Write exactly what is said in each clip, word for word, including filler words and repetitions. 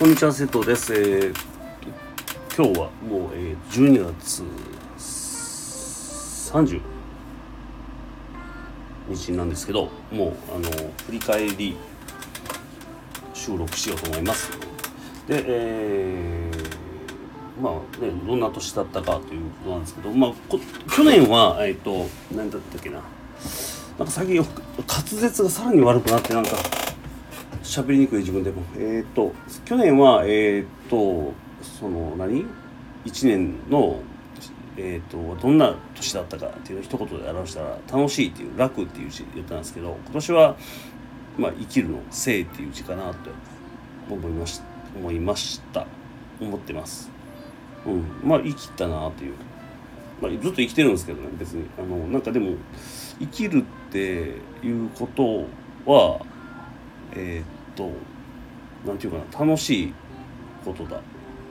こんにちは、瀬戸です。えー、今日はもう、えー、じゅうにがつさんじゅうにちなんですけど、もうあの振り返り収録しようと思います。で、えー、まあね、どんな年だったかということなんですけど、まあ去年はえっ、ー、と何だったっけな、なんか最近滑舌がさらに悪くなって、なんか喋りにくい自分でも、えっ、ー、と去年はえっ、ー、とその何いちねんのえー、とどんな年だったかっていうのを一言で表したら、楽しいっていう、楽っていう字言ったんですけど、今年は、まあ、生きるの生っていう字かなと思いまし思いました思ってます。うん、まあ生きたなという、まあ、ずっと生きてるんですけどね、別にあのなんかでも生きるっていうことはえっ、となんていうかな、楽しいことだ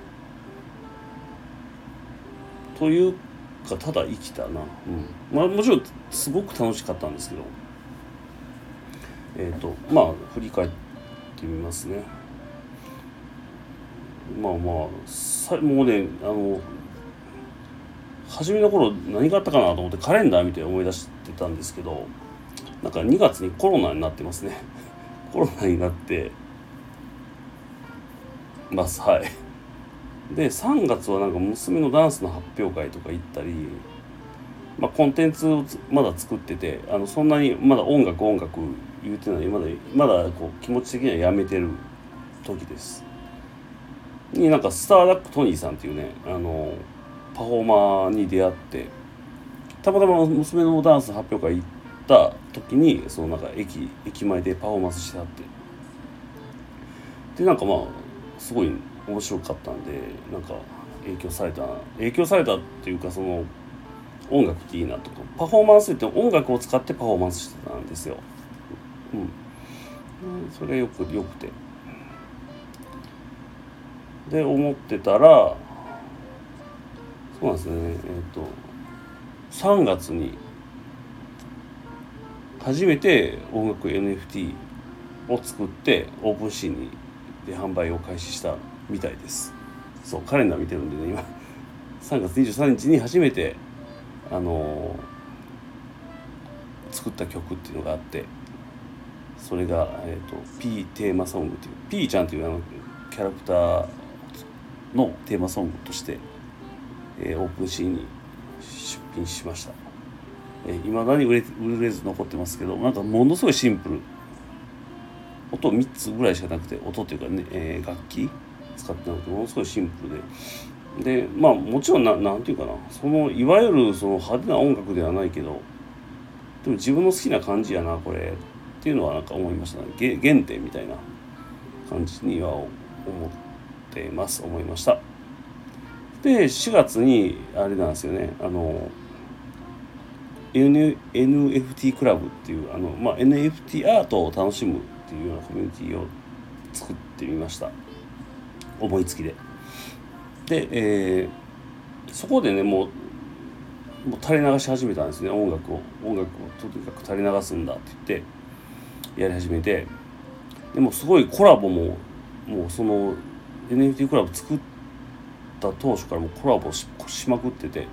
というか、ただ生きたな、うん、まあもちろんすごく楽しかったんですけど、えっ、とまあ振り返ってみますね。まあまあさもうね、あの初めの頃何があったかなと思ってカレンダー見て思い出してたんですけど、なんかにがつにコロナになってますね。コロナになってます。はい。でさんがつはなんか娘のダンスの発表会とか行ったり、まあ、コンテンツをまだ作ってて、あのそんなにまだ音楽音楽言うてない、まだまだこう気持ち的にはやめてる時です。になんかスターダックトニーさんっていうね、あのパフォーマーに出会って、たまたま娘のダンス発表会行った時に、そのなんか駅駅前でパフォーマンスしてはって、でなんかまあすごい面白かったんで、なんか影響された影響されたっていうか、その音楽っていいなとか、パフォーマンスって音楽を使ってパフォーマンスしてたんですよ。うん、それよくよくて、で思ってたら、そうなんですね、えっ、ー、とさんがつに初めて音楽 エヌエフティー を作ってオープンシーにで販売を開始したみたいです。そう、カレンダー見てるんでね、今さんがつにじゅうさんにちに初めてあのー、作った曲っていうのがあって、それが、えーと、P テーマソングっていう、 P ちゃんというあのキャラクターのテーマソングとして、えー、オープンシーに出品しました。えー、未だに売れ、売れず残ってますけど、なんかものすごいシンプル、音みっつぐらいしかなくて、音っていうかね、えー、楽器使ってなくて、ものすごいシンプルで、でまあもちろんな、なんていうかな、そのいわゆるその派手な音楽ではないけど、でも自分の好きな感じやなこれっていうのはなんか思いましたね。原点みたいな感じには思ってます思いました。でしがつにあれなんですよね、あの N エヌエフティー クラブっていう、あの、まあ、エヌエフティー アートを楽しむっていうようなコミュニティを作ってみました、思いつきで。で、えー、そこでね、もうもう垂れ流し始めたんですね、音楽を音楽をとにかく垂れ流すんだって言ってやり始めて、でもすごいコラボも、もうその エヌエフティー クラブ作った当初からもコラボ し, しまくってて、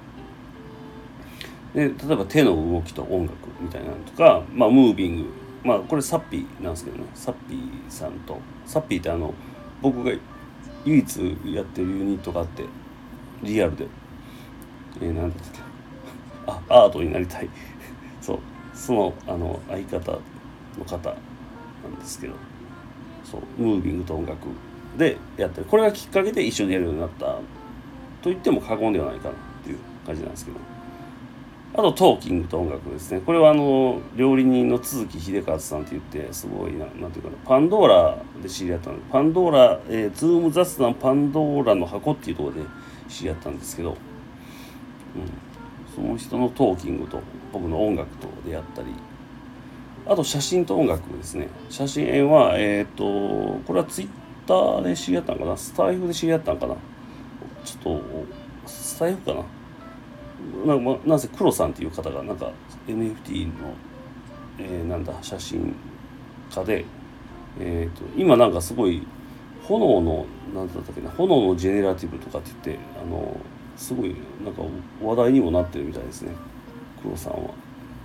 で例えば手の動きと音楽みたいなのとか、まあムービング、まあこれサッピーなんですけどね、サッピーさんと、サッピーってあの僕が唯一やってるユニットがあって、リアルで、えー、なんだっけ、あアートになりたいそう、そのあの相方の方なんですけど、そうムービングと音楽でやってる、これがきっかけで一緒にやるようになったと言っても過言ではないかなっていう感じなんですけど、あとトーキングと音楽ですね。これはあの料理人の都築秀和さんって言って、すごいな、なんていうかな、パンドーラで知り合ったの、パンドーラ、えー、ズーム雑談パンドーラの箱っていうところで知り合ったんですけど、うん、その人のトーキングと僕の音楽と出会ったり、あと写真と音楽ですね。写真はえっ、ー、とこれはツイッターで知り合ったのかな、スタイフで知り合ったのかな、ちょっとスタイフかな、な, まなぜ黒さんっていう方がなんか エヌエフティー の、えー、なんだ写真家で、えー、と今なんかすごい炎の何だったっけな炎のジェネラティブとかって言ってあのすごいなんか話題にもなってるみたいですね、黒さんは。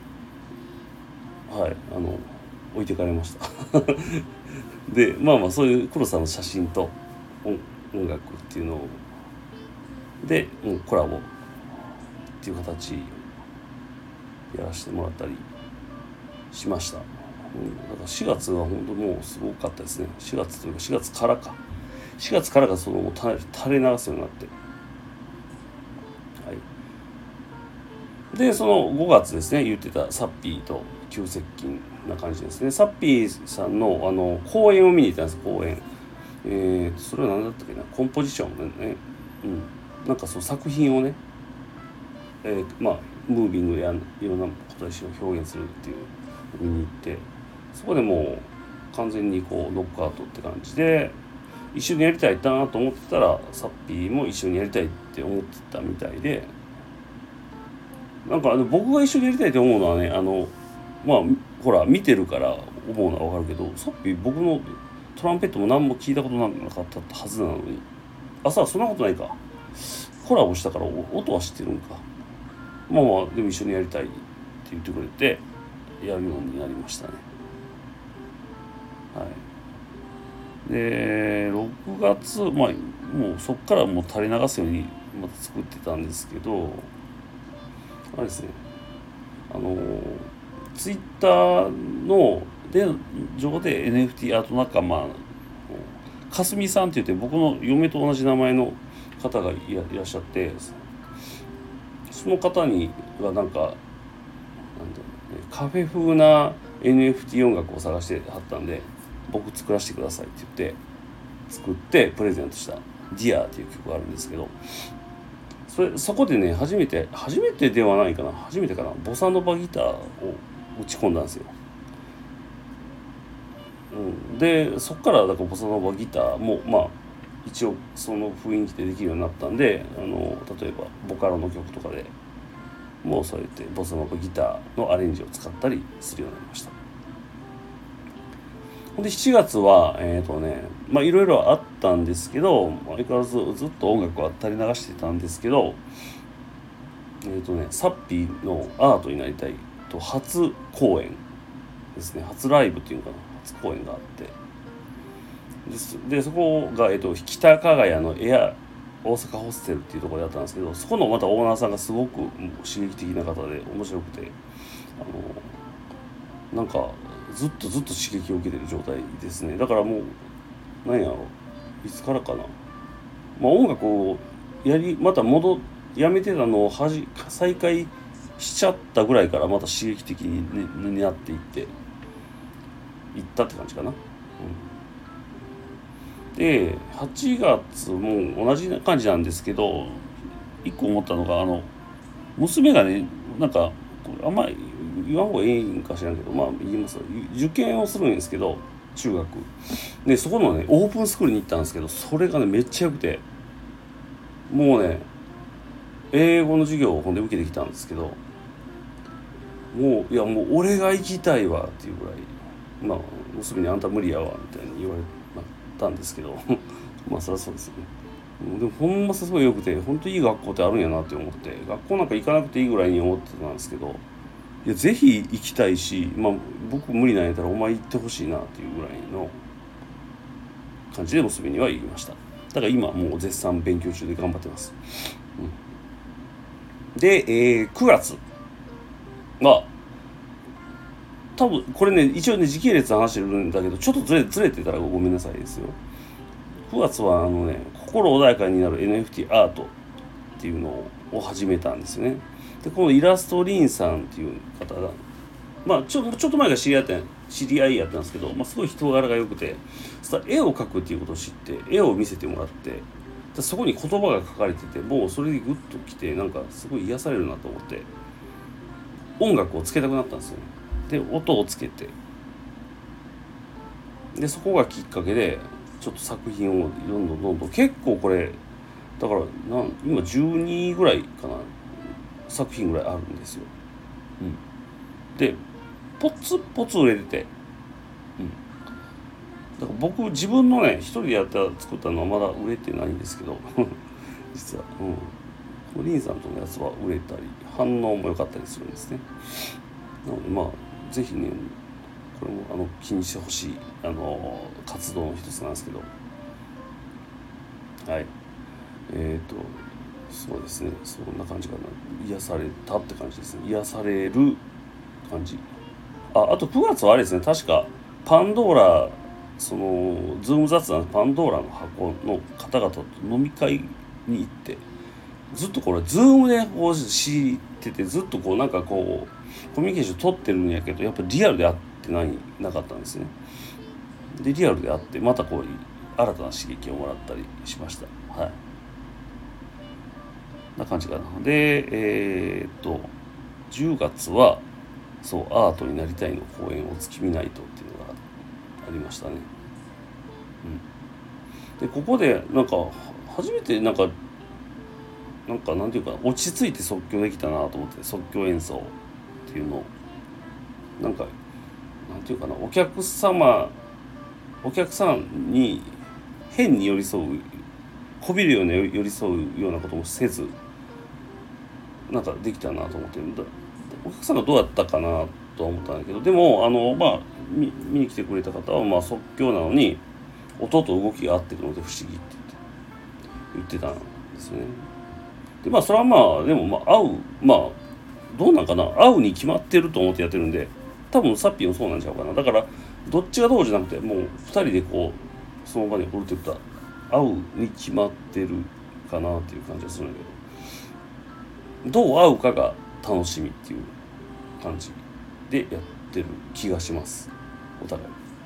はい、あの置いてかれましたでまあまあそういう黒さんの写真と音音楽っていうのをでもうコラボっていう形やらせてもらったりしました。うん、だからしがつは本当もうすごかったですね。しがつというかしがつからかしがつからがそのもう垂れ流すようになって、はい、でそのごがつですね、言ってたサッピーと急接近な感じですね。サッピーさんのあの公演を見に行ったんです。公演、えー、それは何だったっけな、コンポジションね、うん、なんかそう作品をね、えー、まあムービングやいろんな形を表現するっていう見に行って、そこでもう完全にこうノックアウトって感じで一緒にやりたいなと思ってたら、サッピーも一緒にやりたいって思ってたみたいで、なんかあの僕が一緒にやりたいと思うのはね、あのまあほら見てるから思うのは分かるけど、サッピー僕のトランペットも何も聞いたことなかったはずなのに、あさそんなことないか、コラボしたから音は知ってるんか、まあまあでも一緒にやりたいって言ってくれてやるようになりましたね。はい。でろくがつ、まあもうそっからもう垂れ流すようにまた作ってたんですけど、あれですね、あのツイッターので上で エヌエフティー アート仲間かすみさんって言って僕の嫁と同じ名前の方がいらっしゃって、その方にはなんかなんだろう、ね、カフェ風な エヌエフティー 音楽を探してはったんで、僕作らせてくださいって言って作ってプレゼントした「ディアっていう曲があるんですけど、それそこでね初めて初めてではないかな初めてかなボサノバギターを打ち込んだんですよ。うん、でそっからだからボサノバギターもまあ一応その雰囲気でできるようになったんで、あの例えばボカロの曲とかでもうそうやってボサノバギターのアレンジを使ったりするようになりました。でしちがつはえっ、ー、とねまあいろいろあったんですけど、相変わらずずっと音楽は垂れ流してたんですけど、えっ、ー、とねサッピーのアートになりたいと初公演ですね、初ライブっていうのかな、初公演があって、で, でそこが、えー、と北加賀屋のエア大阪ホステルっていうところでやったんですけど、そこのまたオーナーさんがすごく刺激的な方で面白くて、あのなんかずっとずっと刺激を受けてる状態ですね。だからもう何やろいつからかな、まあ、音楽をやりまた戻やめてたのをはじ再開しちゃったぐらいからまた刺激的に、ね、なっていっていったって感じかな。うん、ではちがつも同じ感じなんですけど、一個思ったのがあの娘がねなんかあんまり言わん方がいいんか知らんけど、まあ言います受験をするんですけど中学で、そこのねオープンスクールに行ったんですけど、それがねめっちゃ良くて、もうね英語の授業をほんで受けてきたんですけど、もういやもう俺が行きたいわっていうぐらい、まあ娘にあんた無理やわみたいに言われたんですけどまあそりゃそうですよね。でもほんますごい良くて、本当にいい学校ってあるんやなって思って、学校なんか行かなくていいぐらいに思ってたんですけど、いやぜひ行きたいし、まあ僕無理なんやったらお前行ってほしいなっていうぐらいの感じで娘には言いました。だから今もう絶賛勉強中で頑張ってます。うん、で、えー、くがつは多分これね一応ね時系列話してるんだけど、ちょっとずれずれてたらごめんなさいですよ。くがつはあのね心穏やかになる エヌエフティー アートっていうのを始めたんですよね。でこのイラストリンさんっていう方がまあちょちょっと前が知り合い知り合いやったんですけど、まあ、すごい人柄が良くて、絵を描くっていうことを知って絵を見せてもらって、そこに言葉が書かれてて、もうそれでグッときてなんかすごい癒されるなと思って音楽をつけたくなったんですよね。で音をつけて、でそこがきっかけでちょっと作品をどんどんどんどん結構これだからなん今じゅうにぐらいかな作品ぐらいあるんですよ。うん、でポツポツ売れてて、 だから僕自分のね一人でやった作ったのはまだ売れてないんですけど実は、うん、リンさんとのやつは売れたり反応も良かったりするんですね。なのでまあぜひねこれもあの気にしてほしいあの活動の一つなんですけど、はいえっ、ー、とそうですねそんな感じかな。癒されたって感じですね。癒される感じ。ああとくがつはあれですね、確かパンドーラそのズーム雑談パンドーラの箱の方々と飲み会に行って、ずっとこれズームでこう知ってて、ずっとこうなんかこうコミュニケーション取ってるんやけど、やっぱりリアルで会ってないなかったんですね。でリアルで会ってまたこう新たな刺激をもらったりしました。はい、な感じかな。でえー、っとじゅうがつはそうアートになりたいの公演を月見ナイトっていうのがありましたね。うん、でここでなんか初めてなんかなんかなんていうか落ち着いて即興できたなと思って、即興演奏っていうのをなんかなんていうかな、お客様お客さんに変に寄り添うこびるような寄り添うようなこともせず、なんかできたなと思って、お客さんがどうやったかなとは思ったんだけど、でもあのまあ 見, 見に来てくれた方はまあ即興なのに音と動きが合ってるので不思議って言ってたんですよね。でまあそれはまあでもまあ合うまあどうなんかな、合うに決まってると思ってやってるんで、多分サッピーもそうなんちゃうかな。だからどっちがどうじゃなくてもうふたりでこうその場におるって言ったら合うに決まってるかなっていう感じがするんだけど、どう合うかが楽しみっていう感じでやってる気がします、お互い。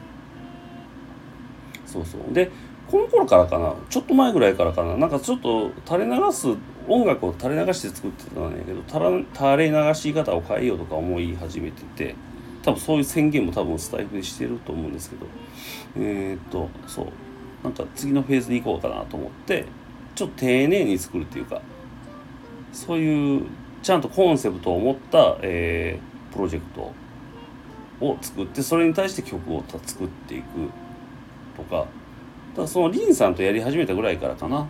そうそうでこの頃からかな、ちょっと前ぐらいからかな、なんかちょっと垂れ流す音楽を垂れ流して作ってたんだけど、垂れ流し方を変えようとか思い始めてて、多分そういう宣言も多分スタイフでしてると思うんですけど、えー、っとそうなんか次のフェーズに行こうかなと思って、ちょっと丁寧に作るっていうか、そういうちゃんとコンセプトを持った、えー、プロジェクトを作って、それに対して曲を作っていくとか、だからそのリンさんとやり始めたぐらいからかな。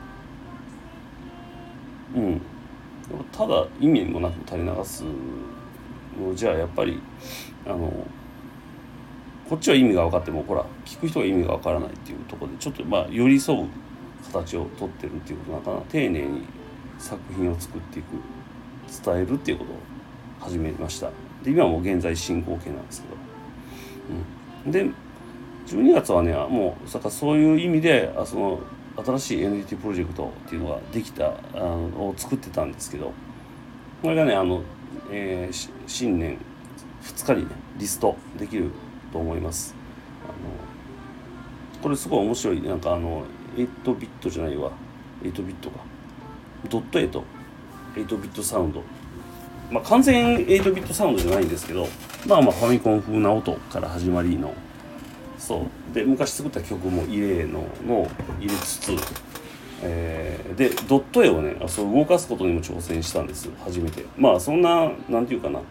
うん。ただ意味もなく垂れ流すのじゃあやっぱりあのこっちは意味が分かってもほら聞く人が意味が分からないっていうところで、ちょっとまあ寄り添う形をとってるっていうことなのかな。丁寧に作品を作っていく、伝えるっていうことを始めました。で今はもう現在進行形なんですけど、うん、でじゅうにがつはねもうだからそういう意味であその新しい エヌエフティー プロジェクトっていうのができたあのを作ってたんですけど、これがねあの、えー、新年ふつかにねリストできると思います。あのこれすごい面白い、なんかあのはちビットじゃないわはちビットかドットはち、はちビットサウンド、まあ完全はちビットサウンドじゃないんですけど、まあまあファミコン風な音から始まりの、そうで昔作った曲も入れのの入れつつ、えー、でドット絵をねそう動かすことにも挑戦したんです初めて。まあそんななんていうかな、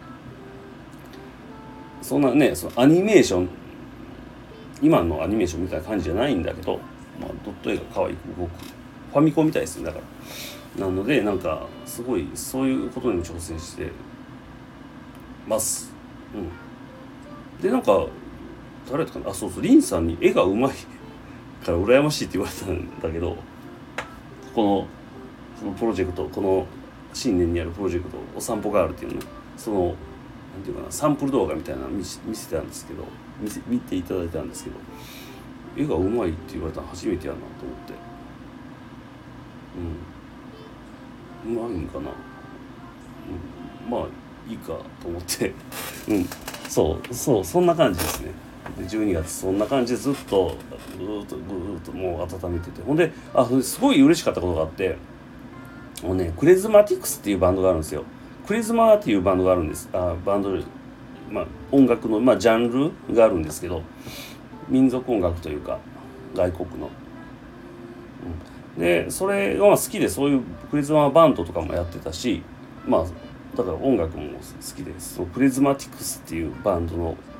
そんなねそのアニメーション今のアニメーションみたいな感じじゃないんだけど、まあ、ドット絵が可愛く動くファミコンみたいですね。だからなのでなんかすごいそういうことにも挑戦してます。うん、でなんか誰だかな、あそうそうリンさんに絵がうまいから羨ましいって言われたんだけど、このそのプロジェクト、この新年にやるプロジェクトお散歩ガールっていうの、そのなんていうかなサンプル動画みたいなの見せてたんですけど、見せ見ていただいたんですけど、絵がうまいって言われたの初めてやなと思って、うんうまいんかな、うん、まあいいかと思ってうんそうそうそんな感じですね。でじゅうにがつそんな感じでずっとずっとずっともう温めてて、ほんであすごい嬉しかったことがあって、もうねクレズマティクスっていうバンドがあるんですよ。クレズマっていうバンドがあるんです。あバンドまあ音楽のまあジャンルがあるんですけど、民族音楽というか外国の、うん、でそれが好きで、そういうクレズマバンドとかもやってたし、まあだから音楽も好きです。そのクレズマティクスっていうバンドの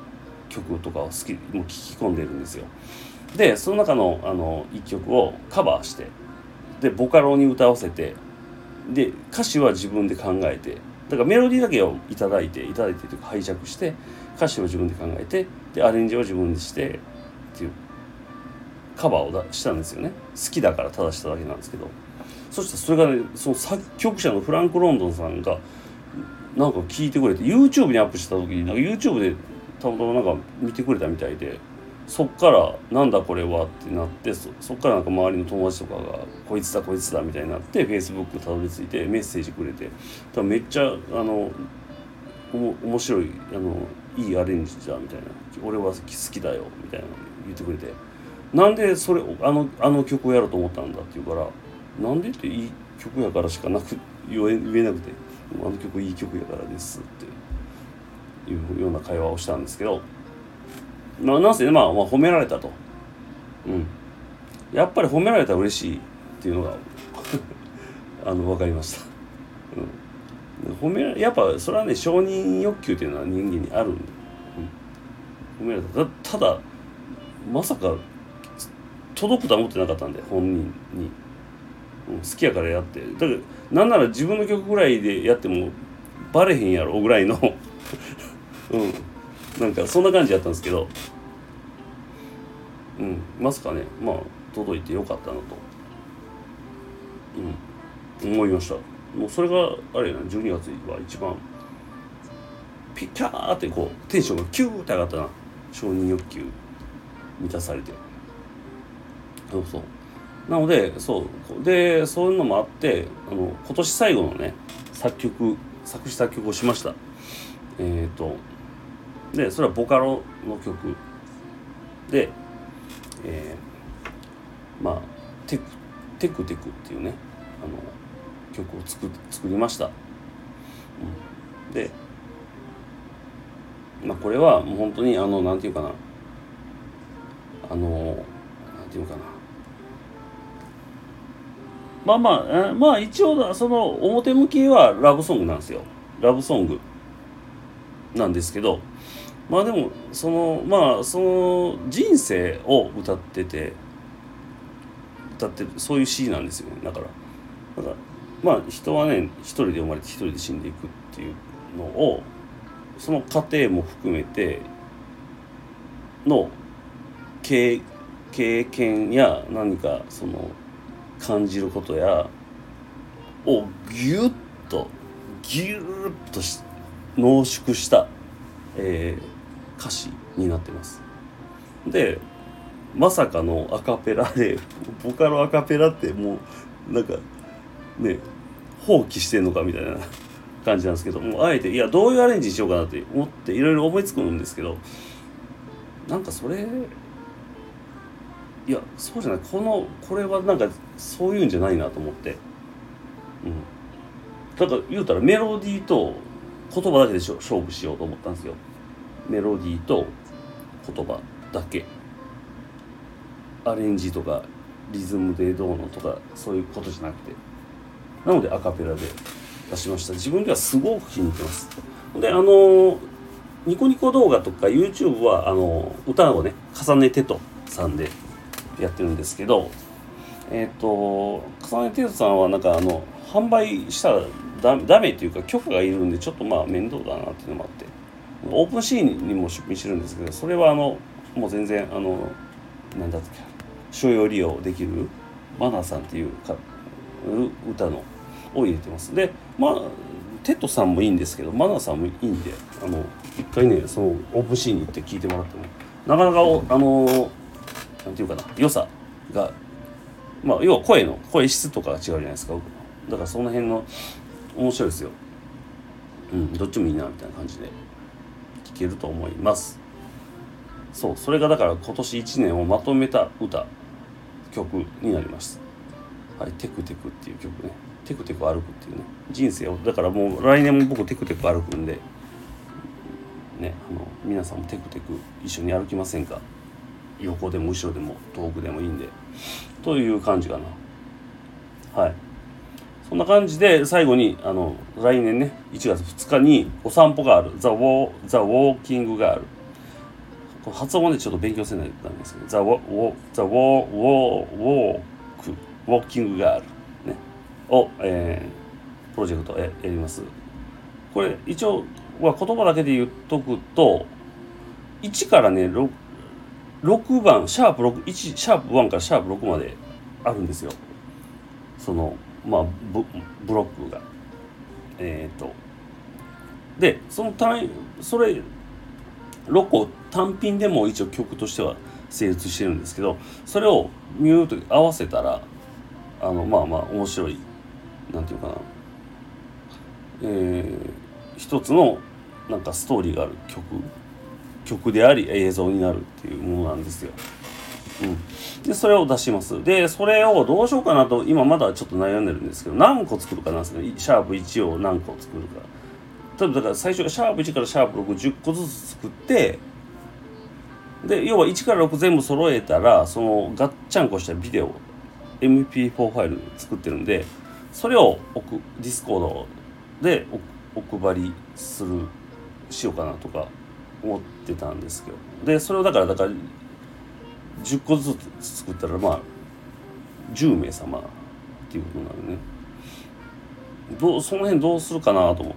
曲とかを好きもう聴き込んでるんですよ。でその中のあのいっきょくをカバーして、でボカロに歌わせて、で歌詞は自分で考えて、だからメロディーだけをいただいていただいてというか拝借して、歌詞を自分で考えて、でアレンジを自分でしてっていうカバーをしたんですよね。好きだからただしただけなんですけど、そしてそれがね、その作曲者のフランク・ロンドンさんがなんか聞いてくれて YouTube にアップした時になんか YouTube でたまたまなんか見てくれたみたいで、そっからなんだこれはってなって、 そ, そっからなんか周りの友達とかがこいつだこいつだみたいになって Facebook たどり着いてメッセージくれて、多分めっちゃあのおも面白いあのいいアレンジだみたいな、俺は好きだよみたいな言ってくれて、なんでそれあのあの曲をやろうと思ったんだって言うから、なんでっていい曲やからしかなく言え言えなくて、あの曲いい曲やからですっていうような会話をしたんですけど、まあなんせね、まあ、まあ褒められたと、うんやっぱり褒められたら嬉しいっていうのがあの分かりました、うん、褒めらやっぱそれはね承認欲求っていうのは人間にあるんで、うん、褒められた た, ただまさか届くとは思ってなかったんで本人に、うん、好きやからやって、だからなんなら自分の曲ぐらいでやってもバレへんやろぐらいのうんなんかそんな感じやったんですけど、うんまさかね、まあ届いてよかったなと、うん、思いました。もうそれがあれやな、じゅうにがつは一番ピッキャーってこうテンションがキューって上がったな。承認欲求満たされて、そうそうなので、そうでそういうのもあって、あの今年最後のね作曲作詞作曲をしました。えっ、ー、とでそれはボカロの曲で、えー、まあテクテクテクっていうねあの曲を作作りました。うん、で、まあこれはもう本当にあのなんていうかなあのなんていうかなまあまあまあ一応その表向きはラブソングなんですよ。ラブソングなんですけど。まあでもそのまあその人生を歌ってて歌ってるそういう詩なんですよね。だからだからまあ人はね一人で生まれて一人で死んでいくっていうのをその過程も含めての経経験や何かその感じることやをギュッとギュッと濃縮した、えー歌詞になってます。でまさかのアカペラでボカロアカペラってもうなんかね放棄してんのかみたいな感じなんですけども、あえていやどういうアレンジにしようかなって思っていろいろ思いつくんですけど、なんかそれいやそうじゃない、このこれはなんかそういうんじゃないなと思って、うん、ただ言うたらメロディーと言葉だけで勝負しようと思ったんですよ。メロディーと言葉だけ、アレンジとかリズムでどうのとかそういうことじゃなくて、なのでアカペラで出しました。自分ではすごく気に入ってます。であのニコニコ動画とか YouTube はあの歌をね重ねてとさんでやってるんですけど、えっ、ー、と重ねてとさんはなんかあの販売したらダメ、ダメっていうか許可がいるんでちょっとまあ面倒だなっていうのもあって、オープンシーンにも出品してるんですけど、それはあのもう全然あのなんだっけ所要利用できるマナーさんっていうか歌のを入れてます。でまあテッドさんもいいんですけどマナーさんもいいんで、あの一回ねそのオープンシーンに行って聞いてもらってもなかなかあのなんていうかな良さが、まあ要は声の声質とかが違うじゃないですか。だからその辺の面白いですよ。うんどっちもいいなみたいな感じで聴けると思います。そうそれがだから今年いちねんをまとめた歌曲になります。はい、テクテクっていう曲ね。テクテク歩くっていうね人生を、だからもう来年も僕テクテク歩くんでね、あの皆さんもテクテク一緒に歩きませんか。横でも後ろでも遠くでもいいんでという感じかな。はい、そんな感じで最後にあの来年ねいちがつふつかにお散歩があるザ・ウォー、ザ・ウォーキングがある。 この発音でちょっと勉強せないとダメですけど、ザ・ウォー、ザ・ウォー、ウォー、ウォーク、ウォーキングガール、ね、を、えー、プロジェクトやります。これ一応は言葉だけで言っとくと、いちからね、ろく, ろくばん、シャープろく、いち、シャープいちからシャープろくまであるんですよ。その、まあ、ブ, ブロックが。えっ、ー、と、で、その単位、それ、ろっこ単品でも一応曲としては成立してるんですけど、それをミュート合わせたら、あの、まあまあ面白い、なんていうかな、えー、一つのなんかストーリーがある曲、曲であり映像になるっていうものなんですよ。うん、でそれを出します。でそれをどうしようかなと今まだちょっと悩んでるんですけど、何個作るかなんですね。シャープいちを何個作るか。例えばだから最初シャープいちからシャープろく、じゅっこずつ作って、で要はいちからろく全部揃えたら、そのガッチャンコしたビデオ エムピーフォー ファイル作ってるんで、それを置くディスコードでお配りするしようかなとか思ってたんですけど、でそれをだからだからじゅっこずつ作ったらまあじゅうめい様っていうことになるね。どうその辺どうするかなと思って、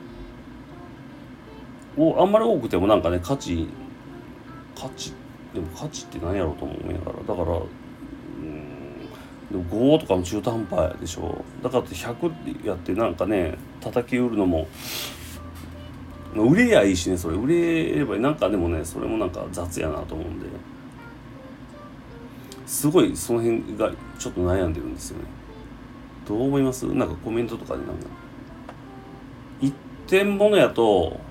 おあんまり多くてもなんかね価値価値でも価値って何やろうと思いながら、だからでもごとかも中途半端でしょ。だからってひゃくやってなんかね叩き売るのも売れやいいしね、それ売れればなんかでもねそれもなんか雑やなと思うんで、すごいその辺がちょっと悩んでるんですよね。どう思います？なんかコメントとかでなんか一点物やと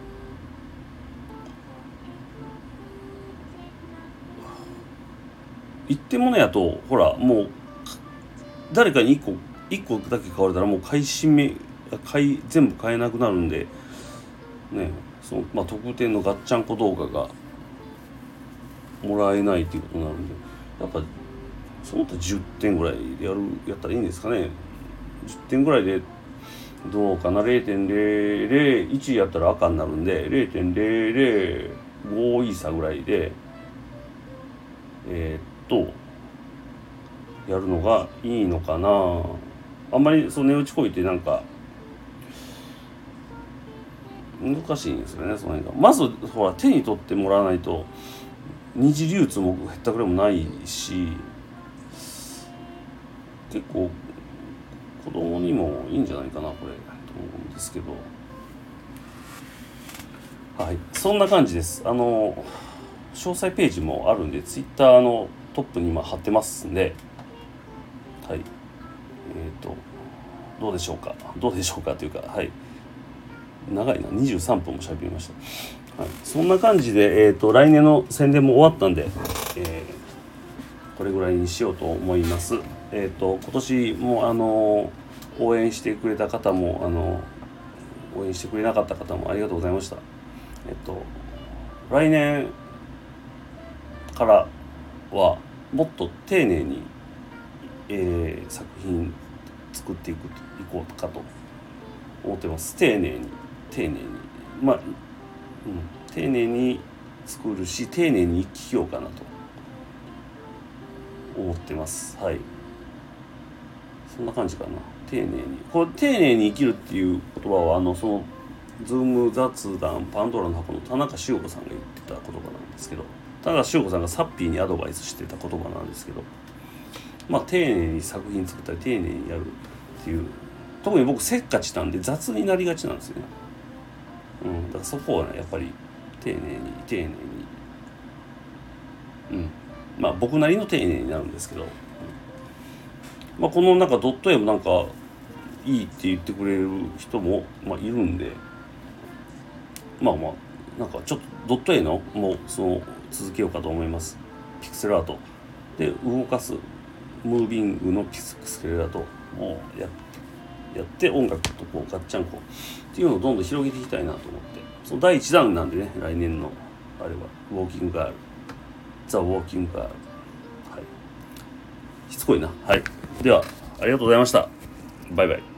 一点物やとほらもう誰かに一個一個だけ買われたらもう買い占め買い全部買えなくなるんでね、そのまあ特典のガッチャンコ動画がもらえないっていうことになるんで、やっぱその他じゅってんぐらいでやるやったらいいんですかね。じゅってんぐらいでどうかな。 れいてんぜろぜろいち やったら赤になるんで れいてんぜろぜろご イーサぐらいでえー、っとやるのがいいのかな。あんまりそう値打ちこいてなんか難しいんですよね、その辺が。まずほら手に取ってもらわないと二次流通も減ったくれもないし、結構子供にもいいんじゃないかなこれと思うんですけど、はい、そんな感じです。あの詳細ページもあるんでツイッターのトップに今貼ってますんで、はい、えっ、ー、とどうでしょうかどうでしょうかというか、はい、長いなにじゅうさんぷんも喋りました。はい、そんな感じで、えー、と来年の宣伝も終わったんで、えー、これぐらいにしようと思います。えー、と今年もあの応援してくれた方もあの応援してくれなかった方もありがとうございました。えっ、ー、と来年からはもっと丁寧に、えー、作品作っていくいこうかと思ってます。丁寧に丁寧にまあ、うん、丁寧に作るし丁寧に生きようかなと思ってます。はい、そんな感じかな。丁寧にこれ丁寧に生きるっていう言葉はあのそのズーム雑談パンドラの箱の田中修子さんが言ってた言葉なんですけど、田中修子さんがサッピーにアドバイスしてた言葉なんですけど、まあ丁寧に作品作ったり丁寧にやるっていう、特に僕せっかちなんで雑になりがちなんですよね。うん、だからそこはねやっぱり丁寧に丁寧に、うん、まあ僕なりの丁寧になるんですけど、うん、まあこのなんかドット絵もなんかいいって言ってくれる人も、まあ、いるんで、まあまあなんかちょっとドット絵のもうその続けようかと思います。ピクセルアートで動かすムービングのピクセルアートをややって音楽とこうガッチャンコっていうのをどんどん広げていきたいなと思って、そのだいいちだんなんでね、来年のあれはウォーキングガール、ザ・ウォーキングガール、はい、しつこいな。はい、ではありがとうございました。バイバイ。